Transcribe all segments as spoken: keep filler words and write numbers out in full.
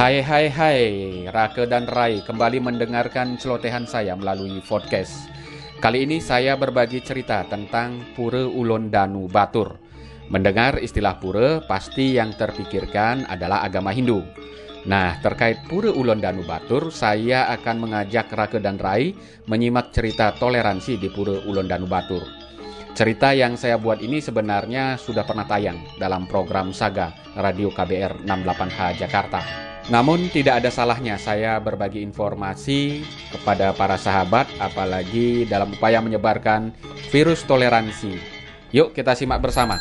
Hai hai hai, Rake dan Rai kembali mendengarkan celotehan saya melalui podcast. Kali ini saya berbagi cerita tentang Pura Ulun Danu Batur. Mendengar istilah pura, pasti yang terpikirkan adalah agama Hindu. Nah, terkait Pura Ulun Danu Batur, saya akan mengajak Rake dan Rai menyimak cerita toleransi di Pura Ulun Danu Batur. Cerita yang saya buat ini sebenarnya sudah pernah tayang dalam program Saga Radio K B R enam puluh delapan H Jakarta. Namun tidak ada salahnya saya berbagi informasi kepada para sahabat, apalagi dalam upaya menyebarkan virus toleransi. Yuk kita simak bersama.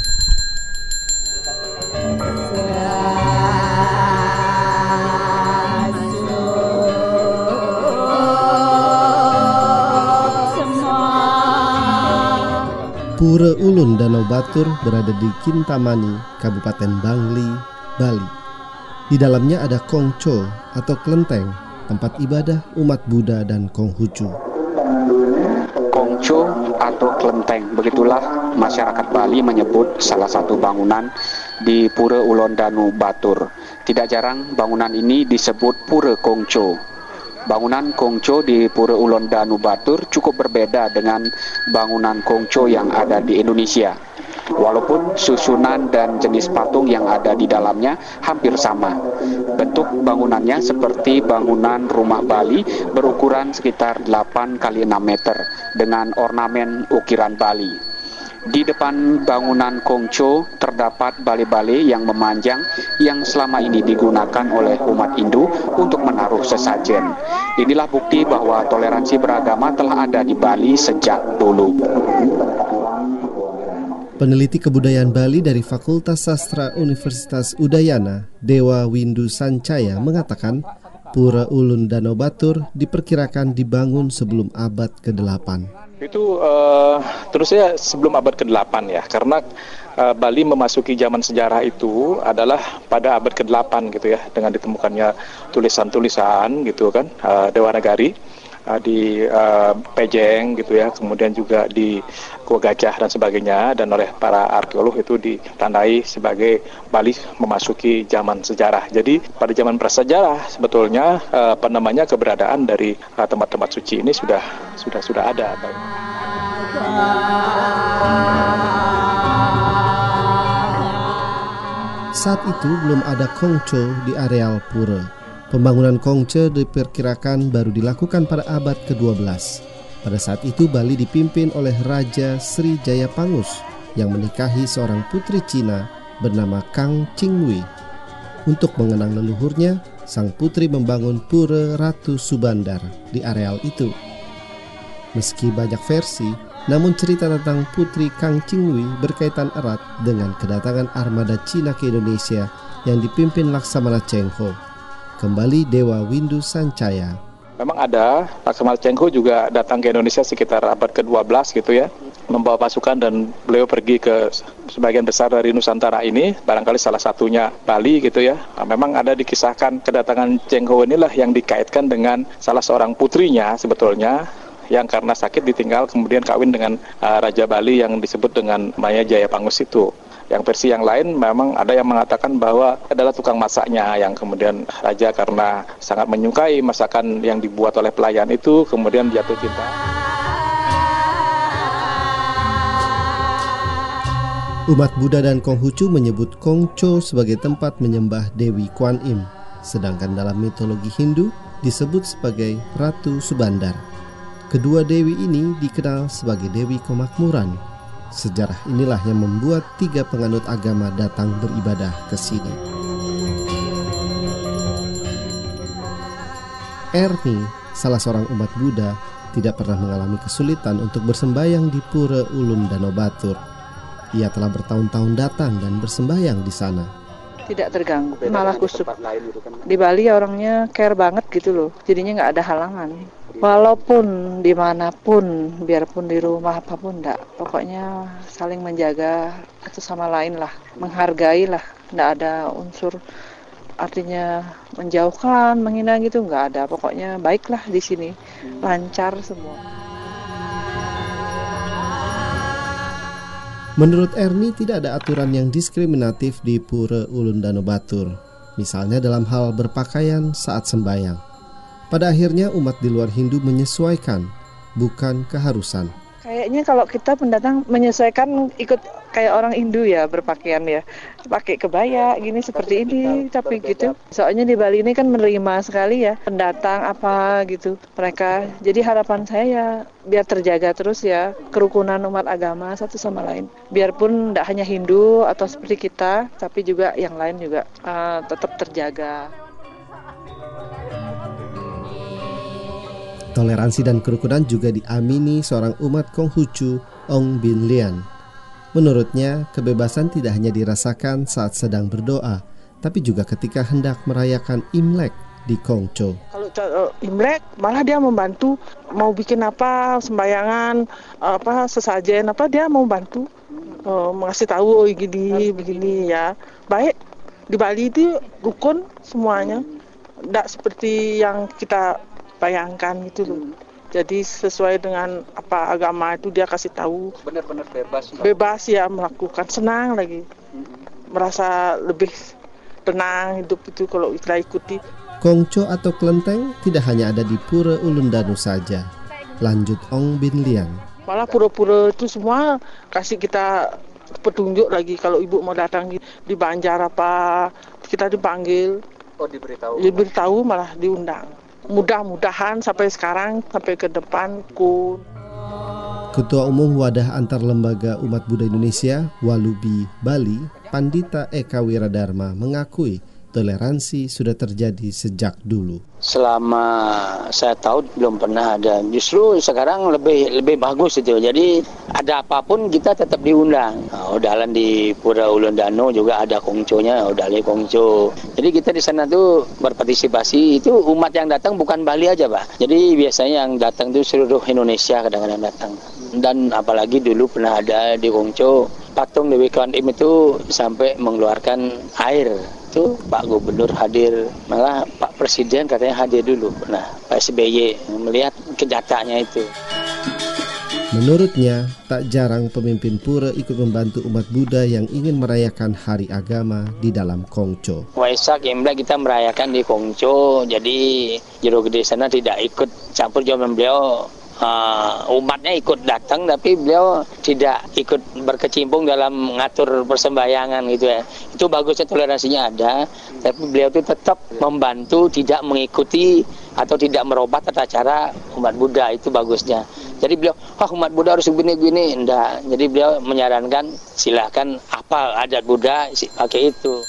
Pura Ulun Danau Batur berada di Kintamani, Kabupaten Bangli, Bali. Di dalamnya ada Kongco atau kelenteng, tempat ibadah umat Buddha dan Konghucu. Kongco atau kelenteng, begitulah masyarakat Bali menyebut salah satu bangunan di Pura Ulun Danu Batur. Tidak jarang bangunan ini disebut Pura Kongco. Bangunan Kongco di Pura Ulun Danu Batur cukup berbeda dengan bangunan Kongco yang ada di Indonesia. Walaupun susunan dan jenis patung yang ada di dalamnya hampir sama. Bentuk bangunannya seperti bangunan rumah Bali berukuran sekitar delapan kali enam meter dengan ornamen ukiran Bali. Di depan bangunan Kongco terdapat bale-bale yang memanjang yang selama ini digunakan oleh umat Hindu untuk menaruh sesajen. Inilah bukti bahwa toleransi beragama telah ada di Bali sejak dulu. Peneliti kebudayaan Bali dari Fakultas Sastra Universitas Udayana, Dewa Windu Sancaya mengatakan Pura Ulun Danau Batur diperkirakan dibangun sebelum abad kedelapan. Itu uh, terusnya sebelum abad kedelapan ya, karena uh, Bali memasuki zaman sejarah itu adalah pada abad kedelapan gitu ya, dengan ditemukannya tulisan-tulisan gitu kan, uh, Dewa Nagari uh, di uh, Pejeng gitu ya, kemudian juga di Gua Gajah dan sebagainya, dan oleh para arkeolog itu ditandai sebagai Bali memasuki zaman sejarah. Jadi pada zaman prasejarah sebetulnya uh, apa namanya keberadaan dari uh, tempat-tempat suci ini sudah sudah sudah ada. Saat itu belum ada Kongco di areal pura. Pembangunan Kongco diperkirakan baru dilakukan pada abad kedua belas. Pada saat itu Bali dipimpin oleh Raja Sri Jayapangus yang menikahi seorang putri Cina bernama Kang Qingwei. Untuk mengenang leluhurnya, sang putri membangun Pura Ratu Subandar di areal itu. Meski banyak versi, namun cerita tentang putri Kang Qingwei berkaitan erat dengan kedatangan armada Cina ke Indonesia yang dipimpin Laksamana Cheng Ho. Kembali Dewa Windu Sancaya. Memang ada, Laksamana Cheng Ho juga datang ke Indonesia sekitar abad kedua belas gitu ya, membawa pasukan dan beliau pergi ke sebagian besar dari Nusantara ini, barangkali salah satunya Bali gitu ya. Nah, memang ada dikisahkan kedatangan Cheng Ho inilah yang dikaitkan dengan salah seorang putrinya sebetulnya, yang karena sakit ditinggal kemudian kawin dengan uh, Raja Bali yang disebut dengan Maya Jayapangus itu. Yang versi yang lain memang ada yang mengatakan bahwa adalah tukang masaknya yang kemudian Raja karena sangat menyukai masakan yang dibuat oleh pelayan itu kemudian jatuh cinta. Umat Buddha dan Konghucu menyebut Kongco sebagai tempat menyembah Dewi Kuan Im, sedangkan dalam mitologi Hindu disebut sebagai Ratu Subandar. Kedua dewi ini dikenal sebagai Dewi Kemakmuran. Sejarah inilah yang membuat tiga penganut agama datang beribadah ke sini. Erni, salah seorang umat Buddha, tidak pernah mengalami kesulitan untuk bersembahyang di Pura Ulun Danau Batur. Ia telah bertahun-tahun datang dan bersembahyang di sana. Tidak terganggu, malah kusuk. Di Bali orangnya care banget gitu loh, jadinya nggak ada halangan. Walaupun dimanapun, biarpun di rumah apapun, enggak. Pokoknya saling menjaga satu sama lain lah, menghargai lah. Enggak ada unsur artinya menjauhkan, menghina gitu, enggak ada. Pokoknya baiklah di sini, lancar semua. Menurut Erni tidak ada aturan yang diskriminatif di Pura Ulun Danu Batur. misalnya dalam hal berpakaian saat sembahyang. Pada akhirnya umat di luar Hindu menyesuaikan, bukan keharusan. Kayaknya kalau kita pendatang menyesuaikan ikut kayak orang Hindu ya berpakaian ya, pakai kebaya gini seperti ini, tapi gitu. Soalnya di Bali ini kan menerima sekali ya pendatang apa gitu mereka. Jadi harapan saya ya biar terjaga terus ya kerukunan umat agama satu sama lain. Biarpun tidak hanya Hindu atau seperti kita, tapi juga yang lain juga uh, tetap terjaga. Toleransi dan kerukunan juga diamini seorang umat Konghucu, Ong Bin Lian. Menurutnya, kebebasan tidak hanya dirasakan saat sedang berdoa, tapi juga ketika hendak merayakan Imlek di Kongco. Kalau Imlek malah dia membantu, mau bikin apa, sembayangan, apa sesajen apa dia mau bantu, uh, mengasih tahu oh gini begini ya. Baik di Bali itu rukun semuanya, tidak seperti yang kita bayangkan gitu loh. Jadi sesuai dengan apa agama itu dia kasih tahu. Benar-benar bebas. Bebas ya melakukan, senang lagi. Merasa lebih tenang hidup itu kalau kita ikuti. Kongco atau kelenteng tidak hanya ada di Pura Ulundanu saja. Lanjut Ong Bin Lian. Malah pura-pura itu semua kasih kita petunjuk lagi kalau ibu mau datang di Banjar apa kita dipanggil. Oh diberitahu. Diberitahu malah diundang. Mudah-mudahan sampai sekarang, sampai ke depan kun. Ketua Umum Wadah Antar Lembaga Umat Buddha Indonesia, Walubi Bali, Pandita Eka Wiradharma mengakui toleransi sudah terjadi sejak dulu. Selama saya tahu belum pernah ada. Justru sekarang lebih lebih bagus itu. Jadi ada apapun kita tetap diundang. Nah, Odalan di Pura Ulundanu juga ada kongconya, Odale kongco. Jadi kita di sana tuh berpartisipasi. Itu umat yang datang bukan Bali aja, Pak. Jadi biasanya yang datang tuh seluruh Indonesia kadang-kadang datang. Dan apalagi dulu pernah ada di Kongco patung Dewi Kwan Im itu sampai mengeluarkan air. Itu Pak Gubernur hadir, malah Pak Presiden katanya hadir dulu. Nah, Pak S B Y melihat kenyataannya itu. Menurutnya, tak jarang pemimpin pura ikut membantu umat Buddha yang ingin merayakan hari agama di dalam Kongco. Waisak Imlek kita merayakan di Kongco, jadi Jero Gede sana tidak ikut campur zaman beliau. Uh, umatnya ikut datang tapi beliau tidak ikut berkecimpung dalam ngatur persembahyangan gitu ya. Itu bagusnya toleransinya ada, tapi beliau itu tetap membantu, tidak mengikuti atau tidak merubah tata cara umat Buddha, itu bagusnya. Jadi beliau, wah umat Buddha harus begini-begini, enggak. Jadi beliau menyarankan silahkan apa adat Buddha pakai itu.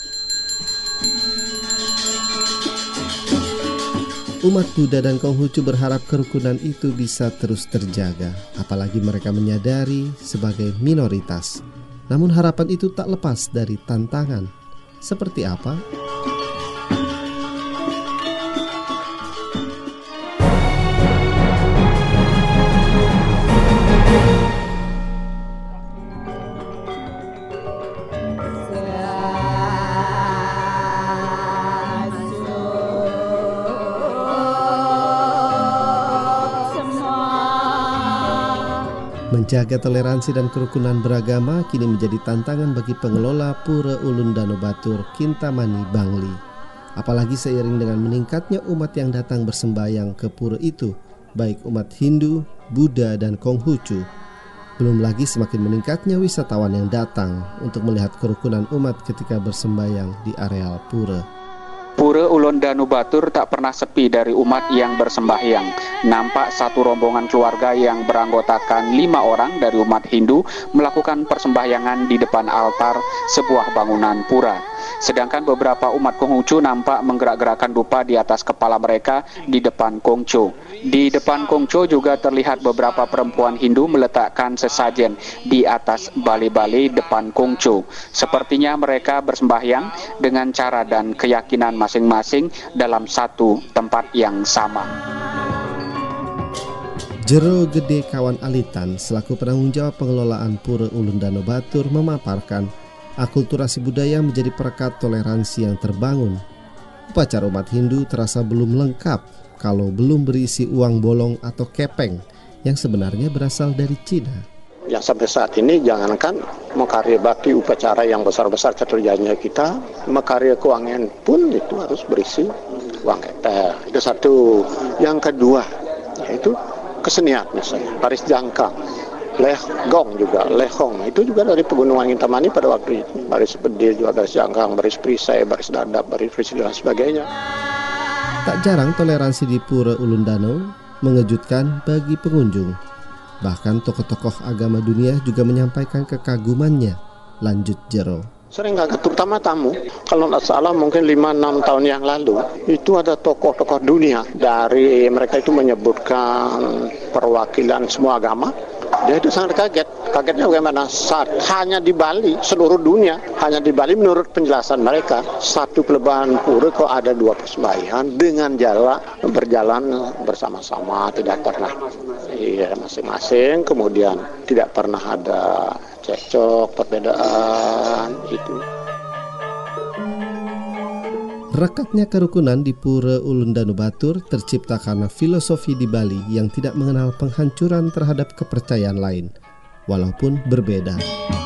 Umat Buddha dan Konghucu berharap kerukunan itu bisa terus terjaga, apalagi mereka menyadari sebagai minoritas. Namun harapan itu tak lepas dari tantangan. Seperti apa? Menjaga toleransi dan kerukunan beragama kini menjadi tantangan bagi pengelola Pura Ulundanu Batur, Kintamani, Bangli. Apalagi seiring dengan meningkatnya umat yang datang bersembahyang ke pura itu, baik umat Hindu, Buddha, dan Konghucu. Belum lagi semakin meningkatnya wisatawan yang datang untuk melihat kerukunan umat ketika bersembahyang di areal pura. Pura Ulundanu Batur tak pernah sepi dari umat yang bersembahyang. Nampak satu rombongan keluarga yang beranggotakan lima orang dari umat Hindu melakukan persembahyangan di depan altar sebuah bangunan pura. Sedangkan beberapa umat Konghucu nampak menggerak-gerakkan dupa di atas kepala mereka di depan Kongco. Di depan Kongco juga terlihat beberapa perempuan Hindu meletakkan sesajen di atas bale-bale depan Kongco. Sepertinya mereka bersembahyang dengan cara dan keyakinan masing-masing dalam satu tempat yang sama. Jero Gede Kawan Alitan selaku penanggung jawab pengelolaan Pura Ulundanu Batur memaparkan akulturasi budaya menjadi perekat toleransi yang terbangun. Upacara umat Hindu terasa belum lengkap kalau belum berisi uang bolong atau kepeng yang sebenarnya berasal dari Cina. Yang sampai saat ini jangankan makarya bakti upacara yang besar-besar caturjanya kita, makarya keuangan pun itu harus berisi uang keter. Itu satu. Yang kedua yaitu kesenian misalnya, baris jangkang, leh gong juga, lehong itu juga dari Pegunungan Kintamani pada waktu itu. Baris bedil juga, baris jangkang, baris perisai, baris dadap, baris perisai dan sebagainya. Tak jarang toleransi di Pura Ulun Danau mengejutkan bagi pengunjung. Bahkan tokoh-tokoh agama dunia juga menyampaikan kekagumannya. Lanjut Jero. Sering kaget, terutama tamu. Kalau tidak salah mungkin lima enam tahun yang lalu, itu ada tokoh-tokoh dunia. Dari mereka itu menyebutkan perwakilan semua agama. Dia itu sangat kaget. Kagetnya bagaimana? Saat hanya di Bali, seluruh dunia, hanya di Bali menurut penjelasan mereka, satu kelebahan pura kok ada dua persembahyaan dengan jalan berjalan bersama-sama, tidak pernah iya masing-masing, kemudian tidak pernah ada cekcok, perbedaan itu. Rekatnya kerukunan di Pura Ulun Danau Batur tercipta karena filosofi di Bali yang tidak mengenal penghancuran terhadap kepercayaan lain, walaupun berbeda.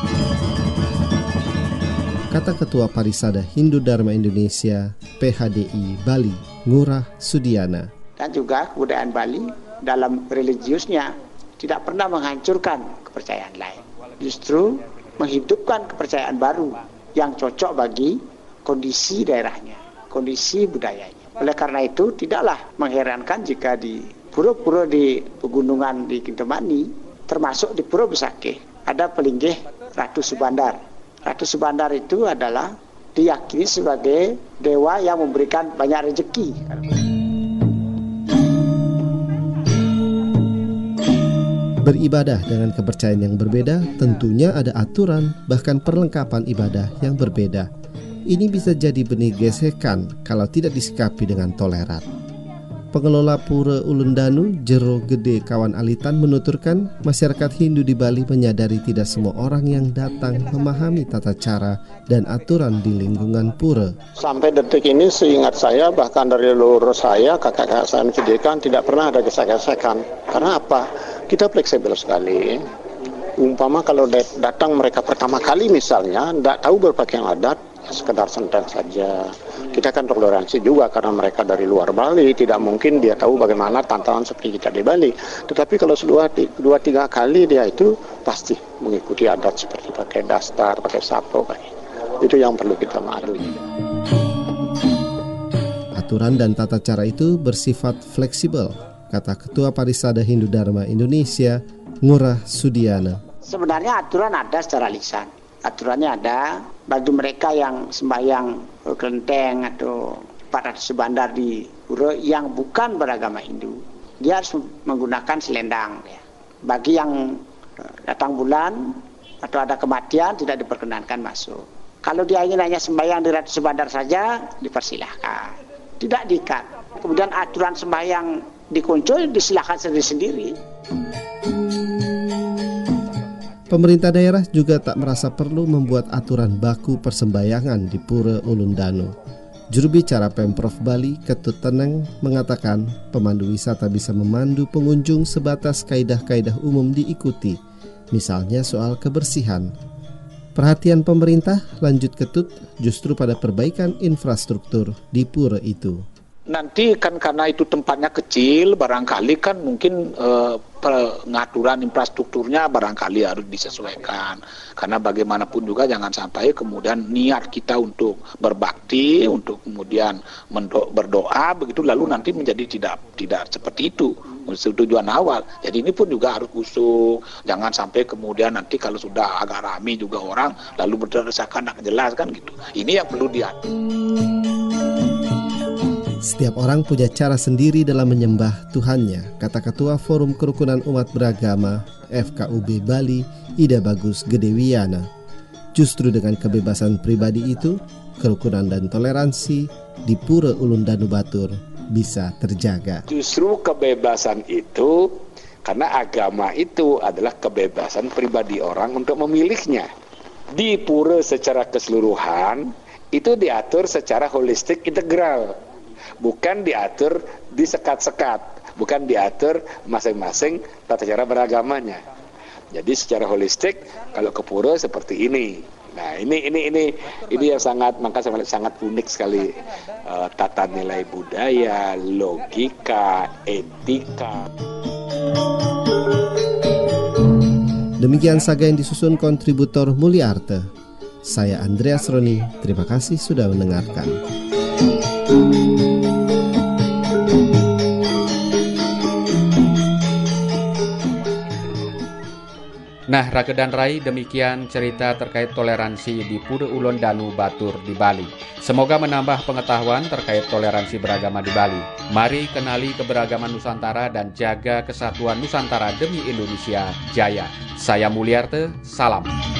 Kata Ketua Parisada Hindu Dharma Indonesia P H D I Bali, Ngurah Sudiana. Dan juga kebudayaan Bali dalam religiusnya tidak pernah menghancurkan kepercayaan lain. Justru menghidupkan kepercayaan baru yang cocok bagi kondisi daerahnya, kondisi budayanya. Oleh karena itu tidaklah mengherankan jika di pura-pura di pegunungan di Kintamani, termasuk di Pura Besakeh, ada pelinggih Ratu Subandar. Ratu Subandar itu adalah diyakini sebagai dewa yang memberikan banyak rezeki. Beribadah dengan kepercayaan yang berbeda tentunya ada aturan bahkan perlengkapan ibadah yang berbeda. Ini bisa jadi benih gesekan kalau tidak disikapi dengan toleran. Pengelola Pura Ulun Danau, Jero Gede Kawan Alitan menuturkan masyarakat Hindu di Bali menyadari tidak semua orang yang datang memahami tata cara dan aturan di lingkungan pura. Sampai detik ini seingat saya, bahkan dari leluhur saya, kakak-kakak saya mendidikan, tidak pernah ada gesek-gesekan. Karena apa? Kita fleksibel sekali. Umpama kalau datang mereka pertama kali misalnya, tidak tahu berpakaian adat, ya sekedar senteng saja. Kita kan toleransi juga karena mereka dari luar Bali, tidak mungkin dia tahu bagaimana tantangan seperti kita di Bali. Tetapi kalau dua, dua tiga kali dia itu pasti mengikuti adat seperti pakai dastar, pakai sapo. Itu yang perlu kita maklumi. Aturan dan tata cara itu bersifat fleksibel, kata Ketua Parisada Hindu Dharma Indonesia, Ngurah Sudiana. Sebenarnya aturan ada secara lisan. Aturannya ada bagi mereka yang sembahyang kelenteng atau empat ratus Subandar di pura yang bukan beragama Hindu. Dia harus menggunakan selendang. Bagi yang datang bulan atau ada kematian tidak diperkenankan masuk. Kalau dia ingin hanya sembahyang di Ratu Subandar saja, dipersilahkan. Tidak diikat. Kemudian aturan sembahyang di Konco disilahkan sendiri-sendiri. Pemerintah daerah juga tak merasa perlu membuat aturan baku persembahyangan di Pura Ulun Danau. Juru bicara Pemprov Bali, Ketut Teneng, mengatakan pemandu wisata bisa memandu pengunjung sebatas kaidah-kaidah umum diikuti, misalnya soal kebersihan. Perhatian pemerintah, lanjut Ketut, justru pada perbaikan infrastruktur di pura itu. Nanti kan karena itu tempatnya kecil, barangkali kan mungkin eh, pengaturan infrastrukturnya barangkali harus disesuaikan. Karena bagaimanapun juga jangan sampai kemudian niat kita untuk berbakti, untuk kemudian mendo- berdoa, begitu lalu nanti menjadi tidak tidak seperti itu tujuan awal. Jadi ini pun juga harus khusus. Jangan sampai kemudian nanti kalau sudah agak ramai juga orang lalu berdesakan tak jelas kan gitu. Ini yang perlu diatur. Setiap orang punya cara sendiri dalam menyembah Tuhannya, kata Ketua Forum Kerukunan Umat Beragama F K U B Bali, Ida Bagus Gedewiana. Justru dengan kebebasan pribadi itu, kerukunan dan toleransi di Pura Ulun Danau Batur bisa terjaga. Justru kebebasan itu, karena agama itu adalah kebebasan pribadi orang untuk memilihnya. Di pura secara keseluruhan, itu diatur secara holistik integral. Bukan diatur disekat-sekat, bukan diatur masing-masing tata cara beragamanya. Jadi secara holistik kalau ke pura seperti ini. Nah, ini ini ini ini yang sangat maka sangat sangat unik sekali uh, tata nilai budaya, logika, etika. Demikian saga yang disusun kontributor Mulyarte. Saya Andreas Roni, terima kasih sudah mendengarkan. Nah, Rake dan Rai, demikian cerita terkait toleransi di Pura Ulon Danu Batur di Bali. Semoga menambah pengetahuan terkait toleransi beragama di Bali. Mari kenali keberagaman Nusantara dan jaga kesatuan Nusantara demi Indonesia Jaya. Saya Mulyarte, salam.